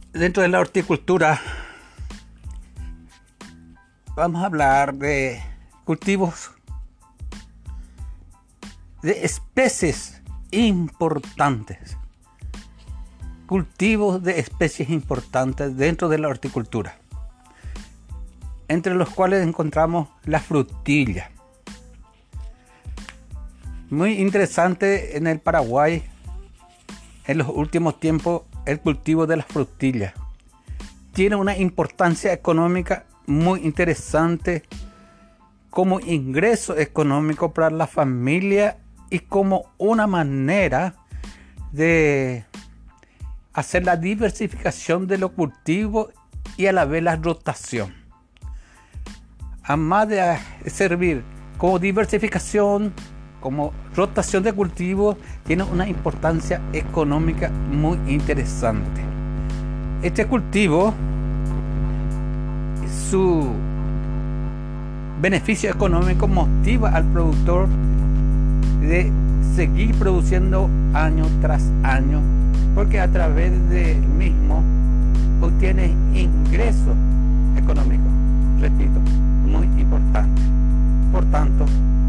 Dentro de la horticultura vamos a hablar de cultivos de especies importantes. Cultivos de especies importantes dentro de la horticultura, entre los cuales encontramos la frutilla. Muy interesante en el Paraguay en los últimos tiempos el cultivo de la frutilla. Tiene una importancia económica muy interesante como ingreso económico para la familia y como una manera de hacer la diversificación de los cultivos y a la vez la rotación. Además de servir como diversificación, como rotación de cultivos, tiene una importancia económica muy interesante. Este cultivo, su beneficio económico motiva al productor de seguir produciendo año tras año, porque a través del mismo obtiene ingresos económicos, repito, muy importante. Por tanto,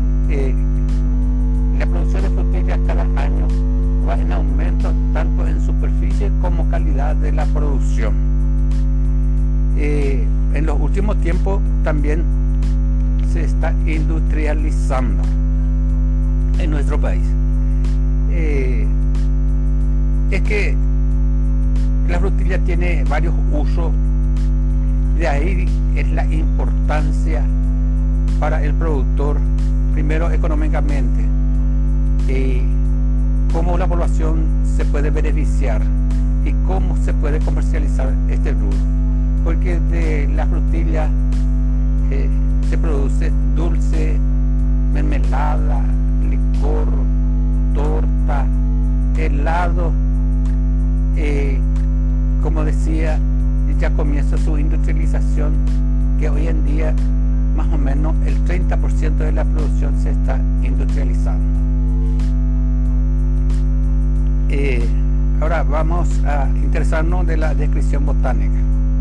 la producción de frutillas cada año va en aumento tanto en superficie como calidad de la producción. En los últimos tiempos también se está industrializando en nuestro país. Es que la frutilla tiene varios usos, de ahí es la importancia para el productor, primero económicamente, cómo la población se puede beneficiar y cómo se puede comercializar este rubro, porque de la frutilla se produce dulce, mermelada, licor, torta, helado. Como decía, ya comienza su industrialización, que hoy en día más o menos el 30% de la producción se está industrializando. Ahora vamos a interesarnos de la descripción botánica.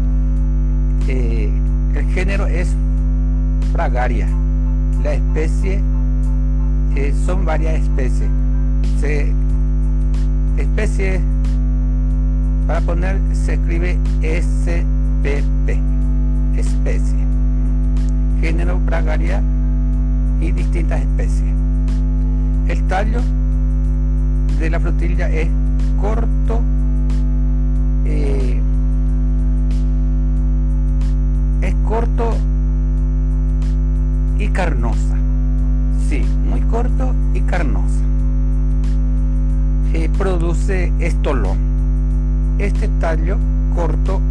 El género es Fragaria. La especie son varias especies. Especie, para poner, se escribe SPP, especie. Género Fragaria y distintas especies. El tallo de la frutilla es corto, y carnosa. Sí, muy corto y carnosa. Produce estolón. Este tallo corto,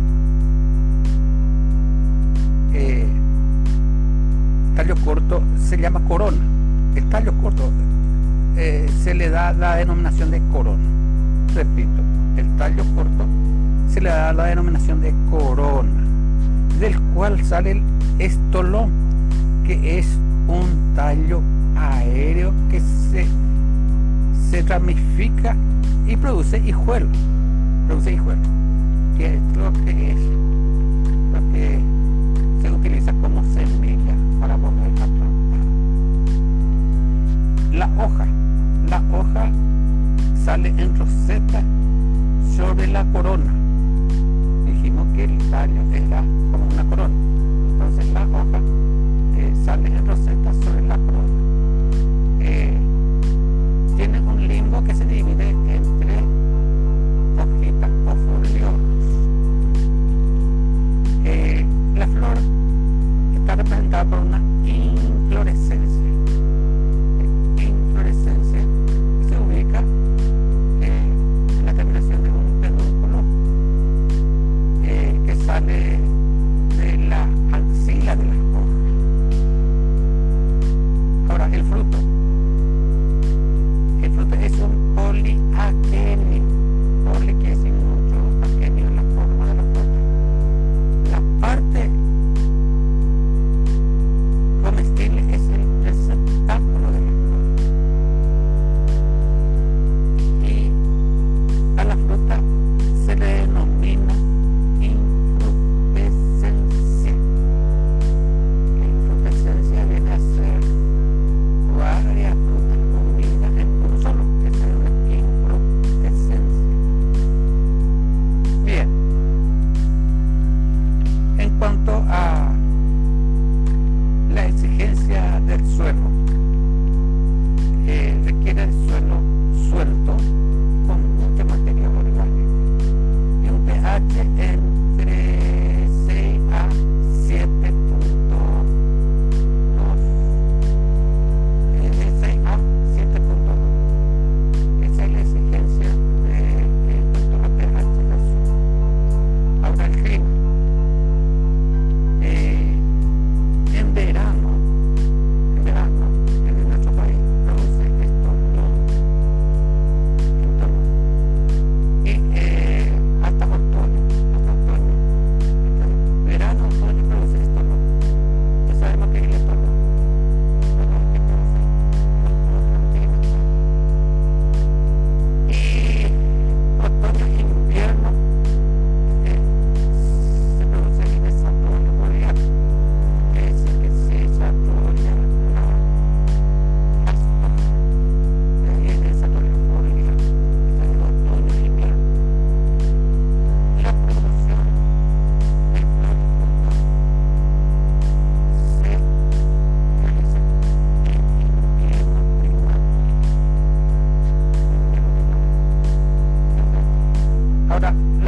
se llama corona. El tallo corto se le da la denominación de corona. Repito, el tallo corto se le da la denominación de corona, del cual sale el estolón, que es un tallo aéreo que se ramifica y produce hijuelos. Que es lo que se utiliza como semilla para poder plantar. La hoja sale en roseta sobre la corona. Dijimos que el tallo era como una corona, entonces la hoja sale en roseta sobre la corona. Tiene un limbo que se divide entre hojitas o foliolos. La flor está representada por una inflorescencia. Se ubica en la terminación de un pedúnculo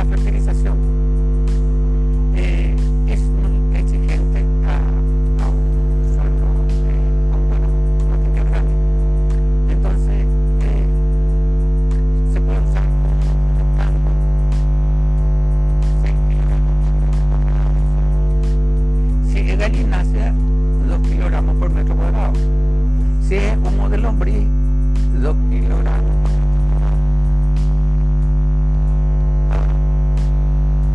fertilización es muy exigente a un suelo con buenos materiales grandes. Entonces se puede usar como tango 6 kilogramos por metro cuadrado. Si es gallinacia, 2 kilogramos por metro cuadrado. Si es humo de lombriz, 2 kilogramos por metro cuadrado.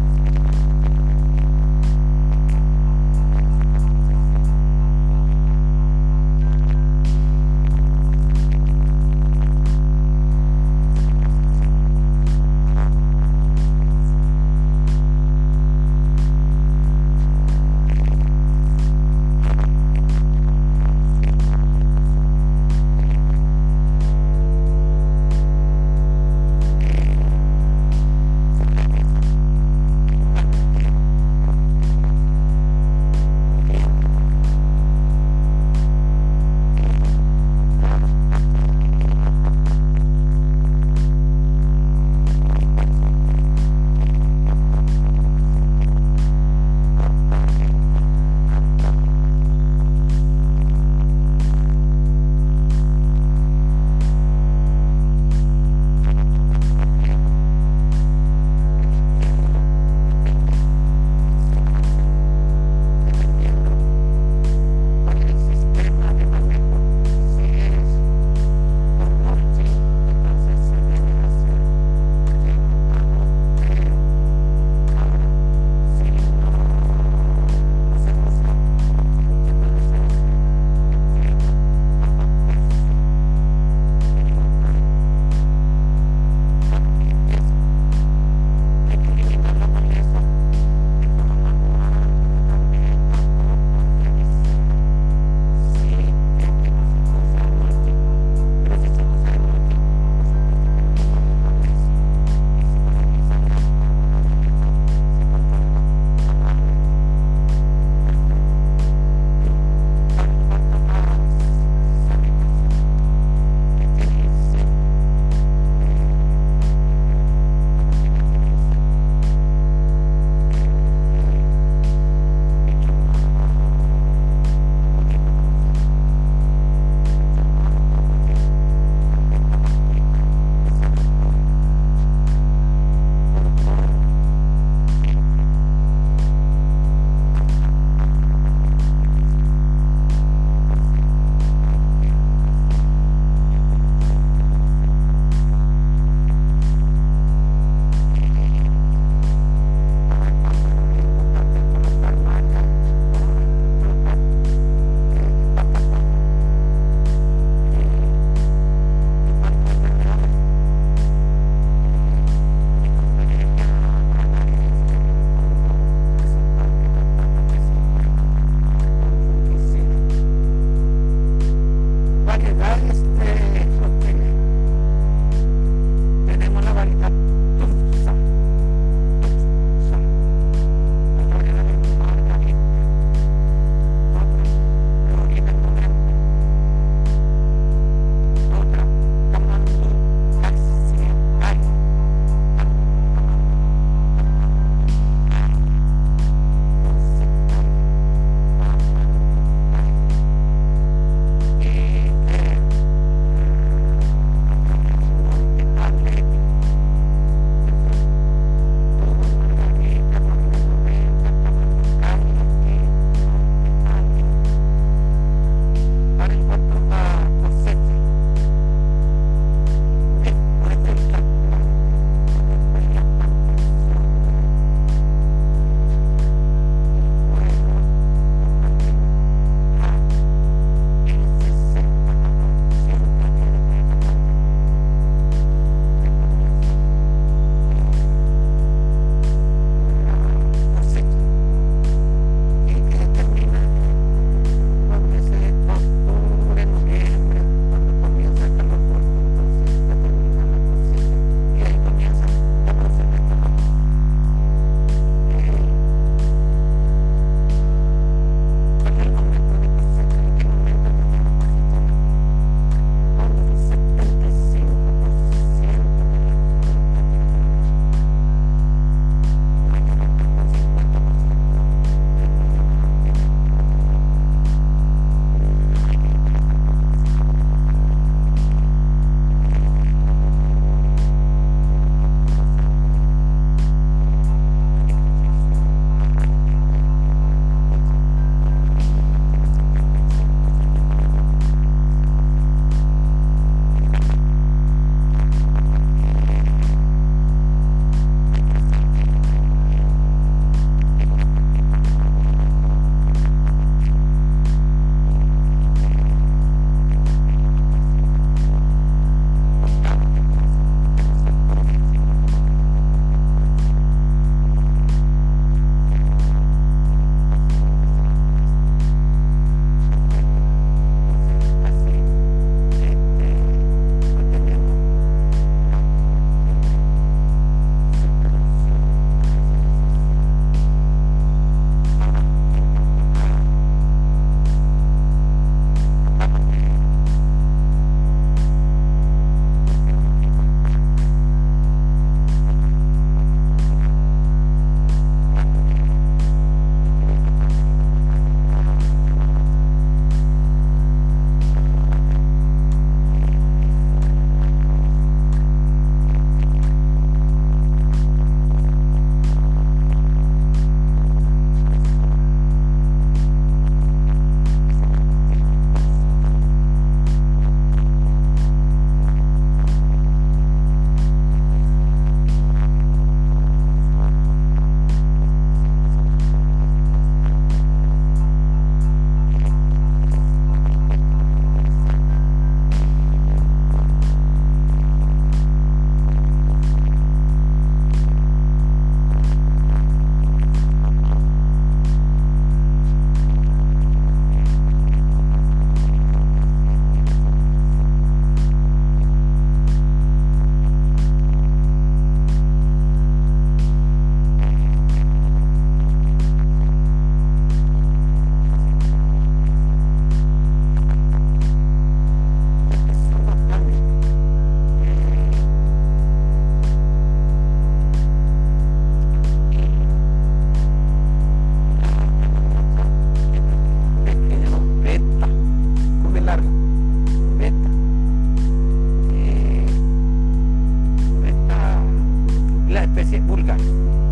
especies vulgares.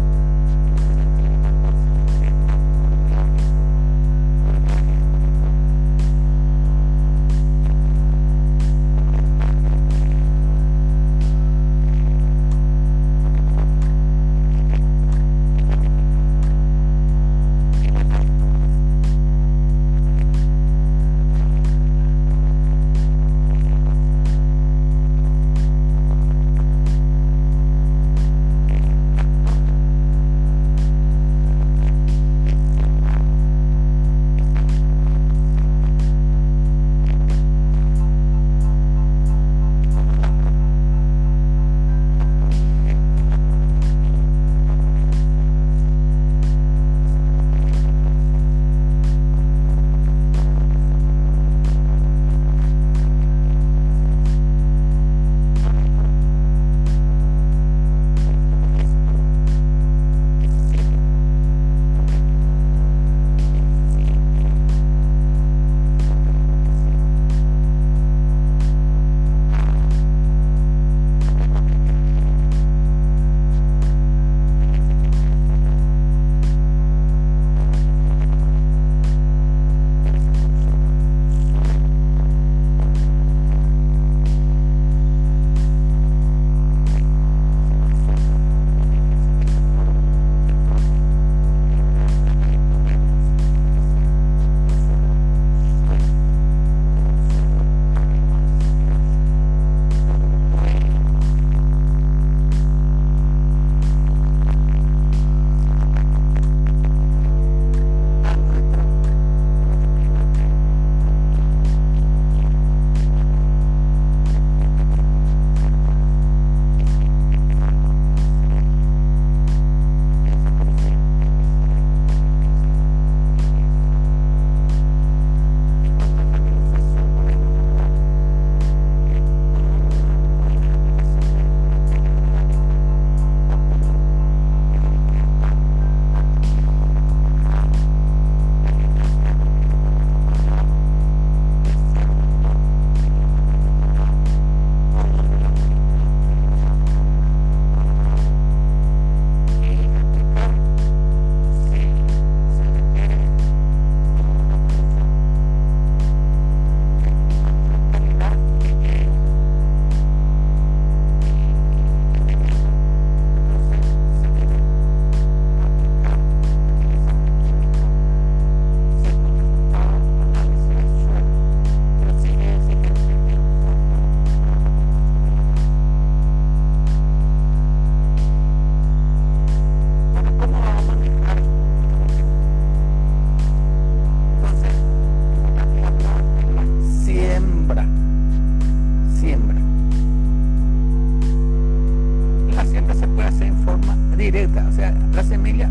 directa, o sea, la semilla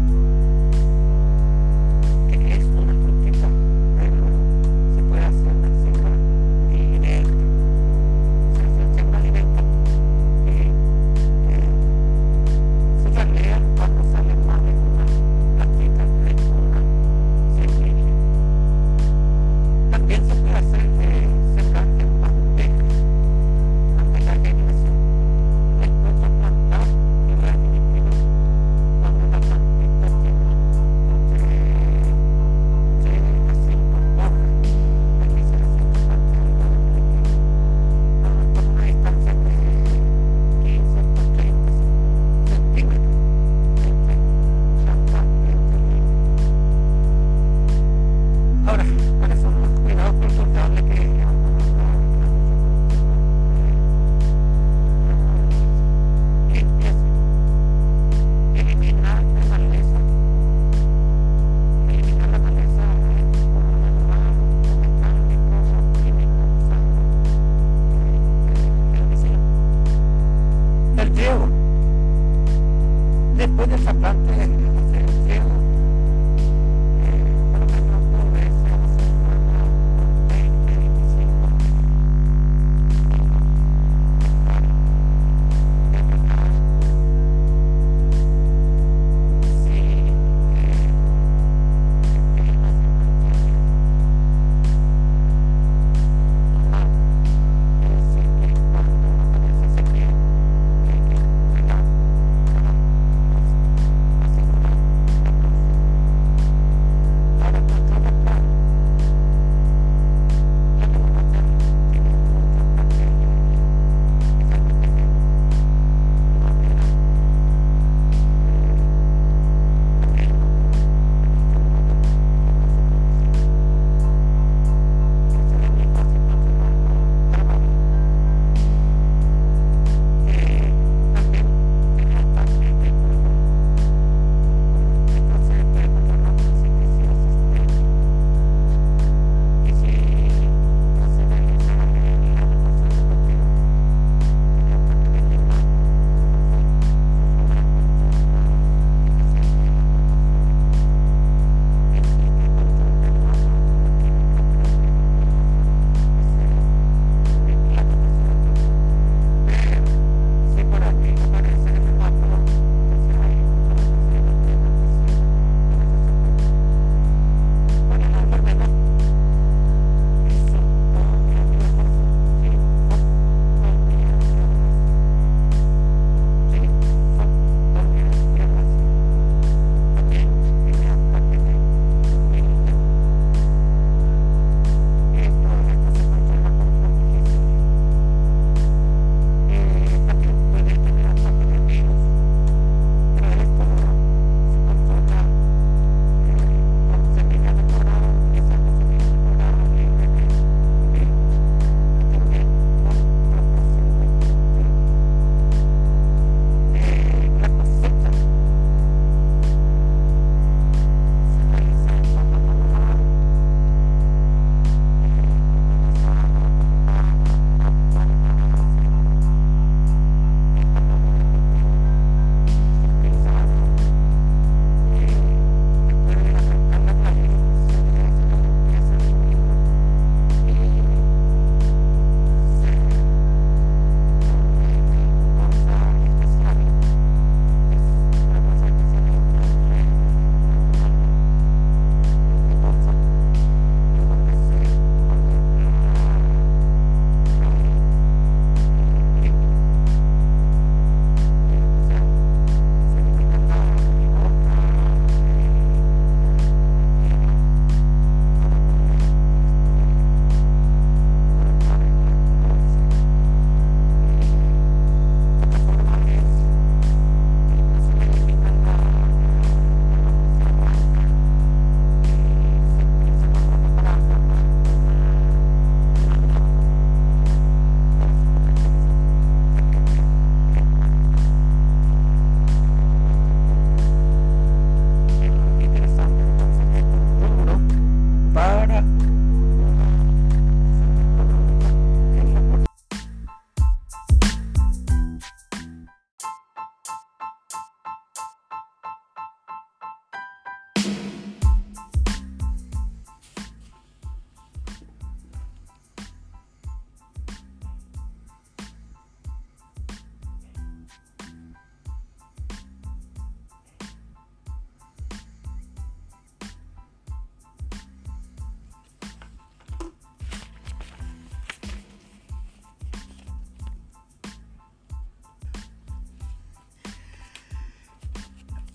que es una frutita, pero se puede hacer una siembra directa, se hace siembra directa se galea cuando sale más de una plantita de una semilla. También se puede hacer sembrar en bandejas antes de la germinación, después de plantar y la definitiva cuando la plantita tiene entre 5 hojas, aquí se hace bastante con una distancia de 15 a 30 centímetros entre planta y entre. Ahora, ¿cuáles son los cuidados consultables que limpieza? Eliminar la maleza con un manual o mecánico o químico usando herbicida. El riego. Después de esa planta hacer el riego por lo menos 2 veces a la semana, 20, 25 días. Eliminar si el clima se mantiene normal, es decir que cuando la maleza se cría hay que cuidar,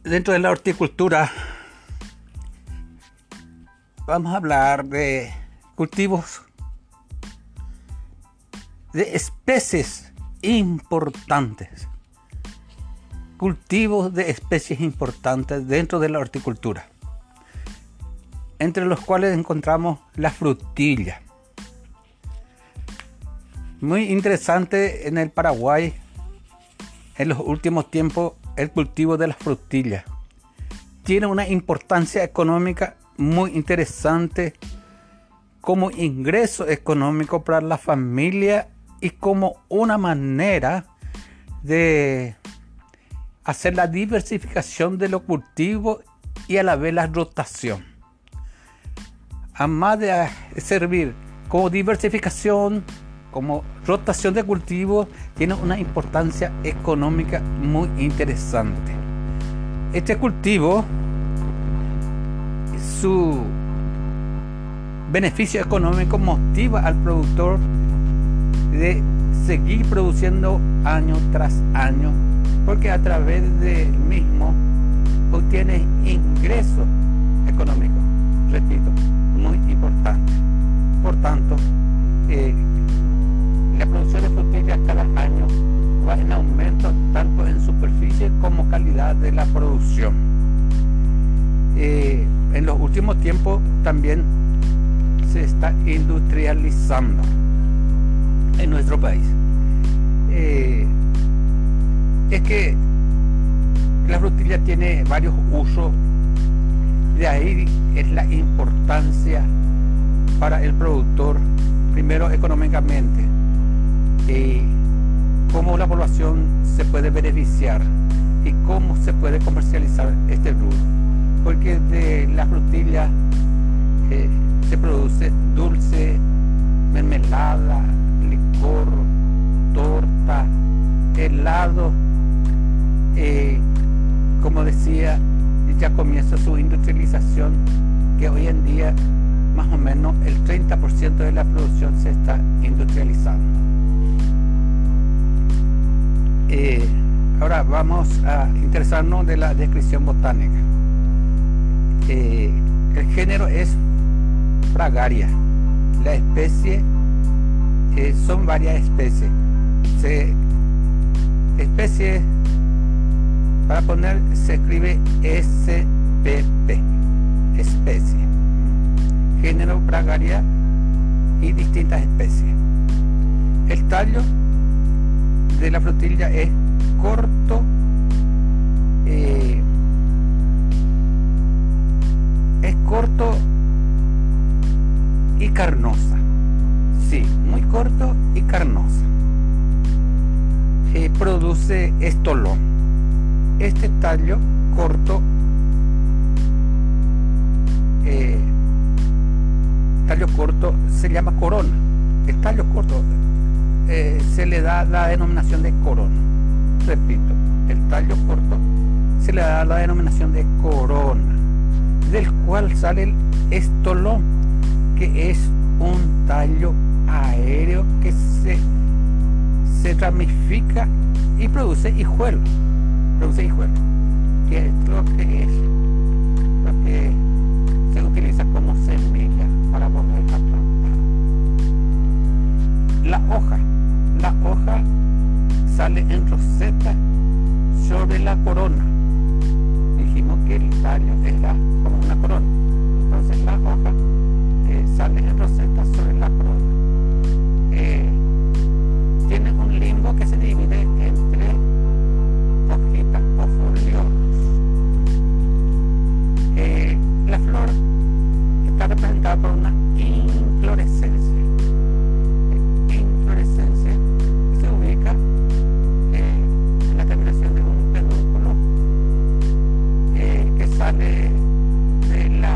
Dentro de la horticultura vamos a hablar de cultivos de especies importantes. Cultivos de especies importantes dentro de la horticultura, entre los cuales encontramos la frutilla. Muy interesante en el Paraguay, en los últimos tiempos, el cultivo de la frutilla. Tiene una importancia económica muy interesante como ingreso económico para la familia y como una manera de hacer la diversificación de los cultivos y a la vez la rotación. Además de servir como diversificación, como rotación de cultivos, tiene una importancia económica muy interesante. Este cultivo, su beneficio económico motiva al productor de seguir produciendo año tras año, porque a través del mismo obtiene ingresos económicos, repito, muy importante. Por tanto, la producción de frutillas cada año va en aumento tanto en superficie como calidad de la producción. En los últimos tiempos también se está industrializando en nuestro país. Es que la frutilla tiene varios usos, de ahí es la importancia para el productor, primero económicamente, cómo la población se puede beneficiar y cómo se puede comercializar este rubro, porque de la frutilla se produce dulce, mermelada, licor, torta, helado. Como decía, ya comienza su industrialización, que hoy en día más o menos el 30% de la producción se está industrializando. Ahora vamos a interesarnos de la descripción botánica. El género es Fragaria. La especie son varias especies. Especie, para poner, se escribe SPP, especie. Género Fragaria y distintas especies. El tallo de la frutilla es corto, y carnosa. Sí, muy corto y carnosa. Produce estolón. Este tallo corto, se llama corona. El tallo corto se le da la denominación de corona. Repito, el tallo corto se le da la denominación de corona, del cual sale el estolón, que es un tallo aéreo que se ramifica y produce hijuelos. Que es lo que se utiliza como semilla para volver a plantar. La hoja sale en roseta sobre la corona. Dijimos que el tallo es como una corona, entonces la hoja sale en roseta sobre la corona. Tiene un limbo que se divide entre hojitas o foliolos. La flor está representada por una inflorescencia. Inflorescencia se ubica en la terminación de un pedúnculo que sale de la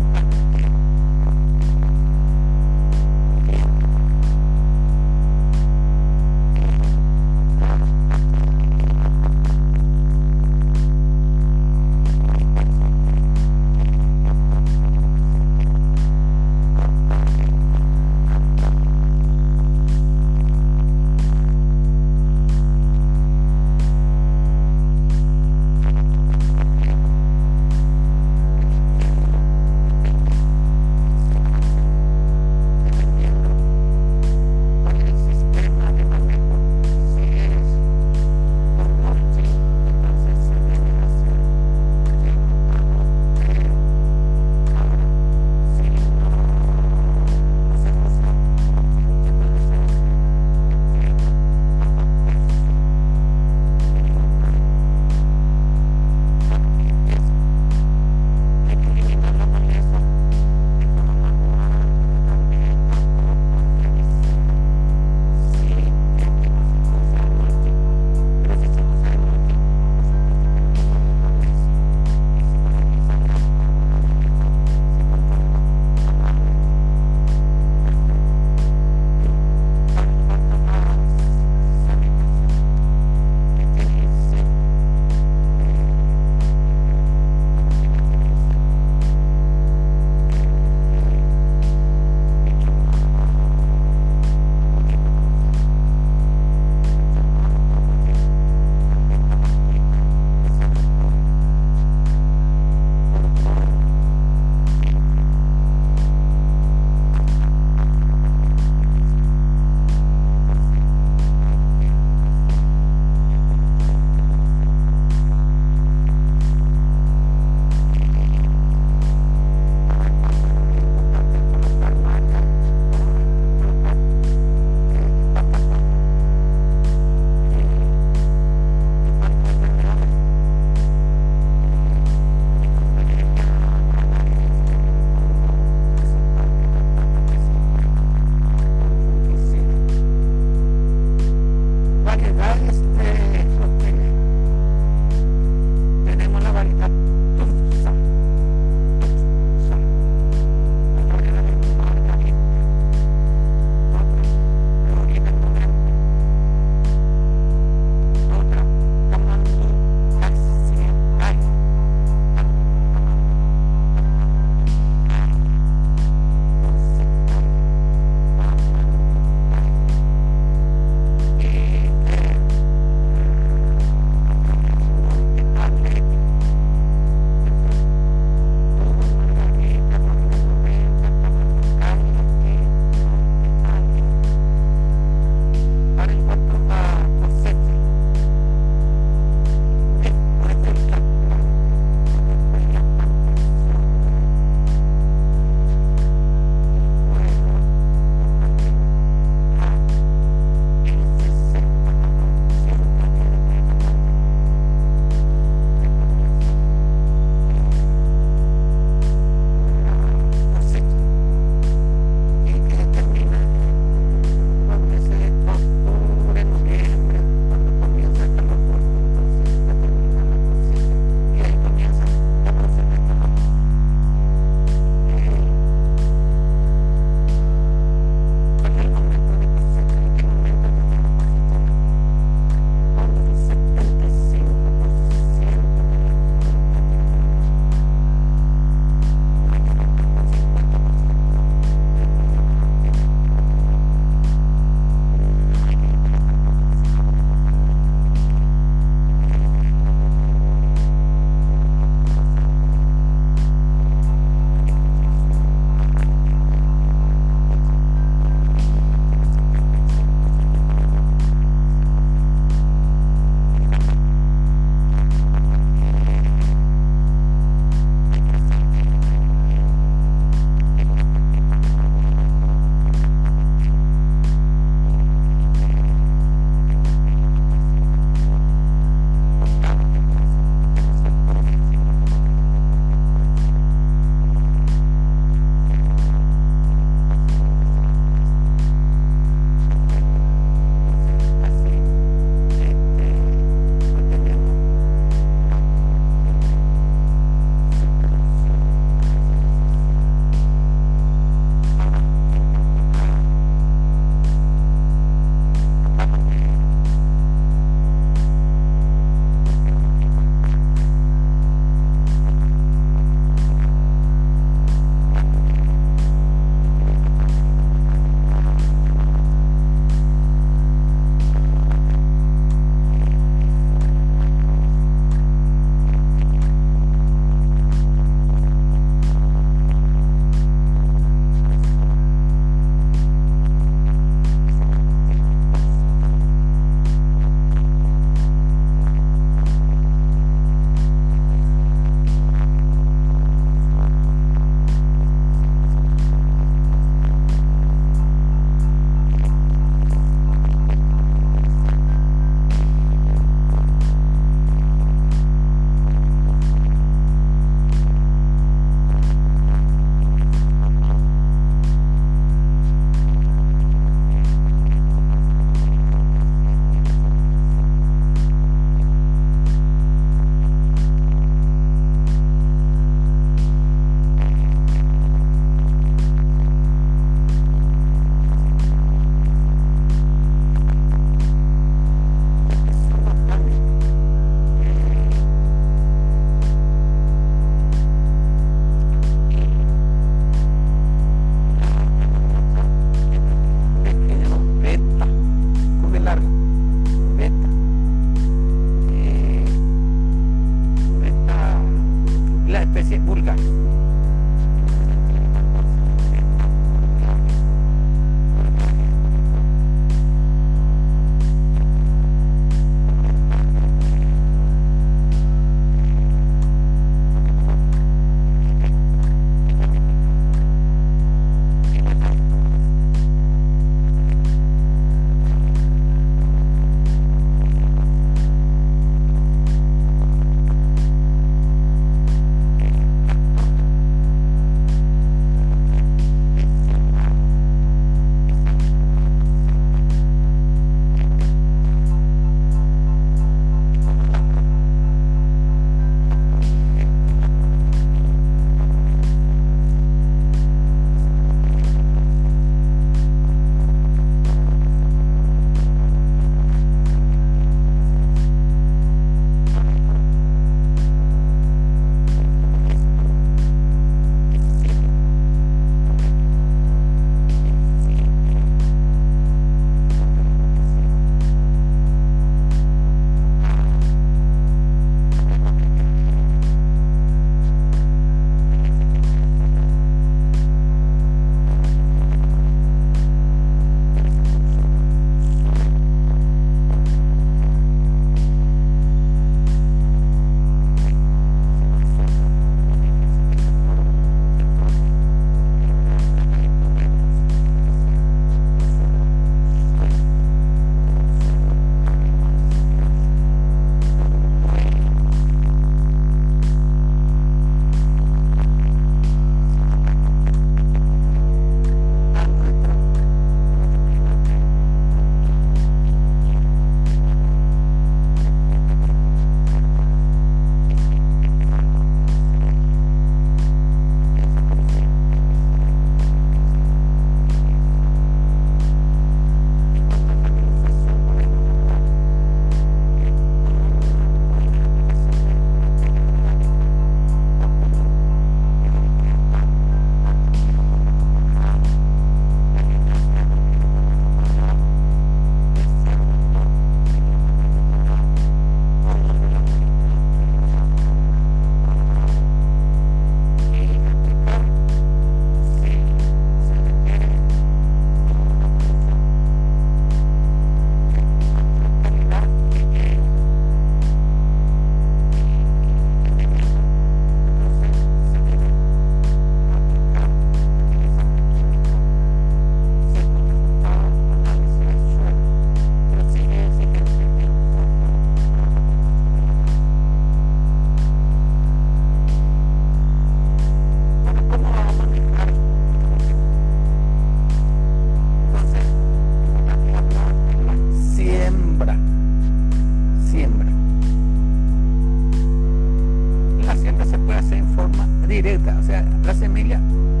La semilla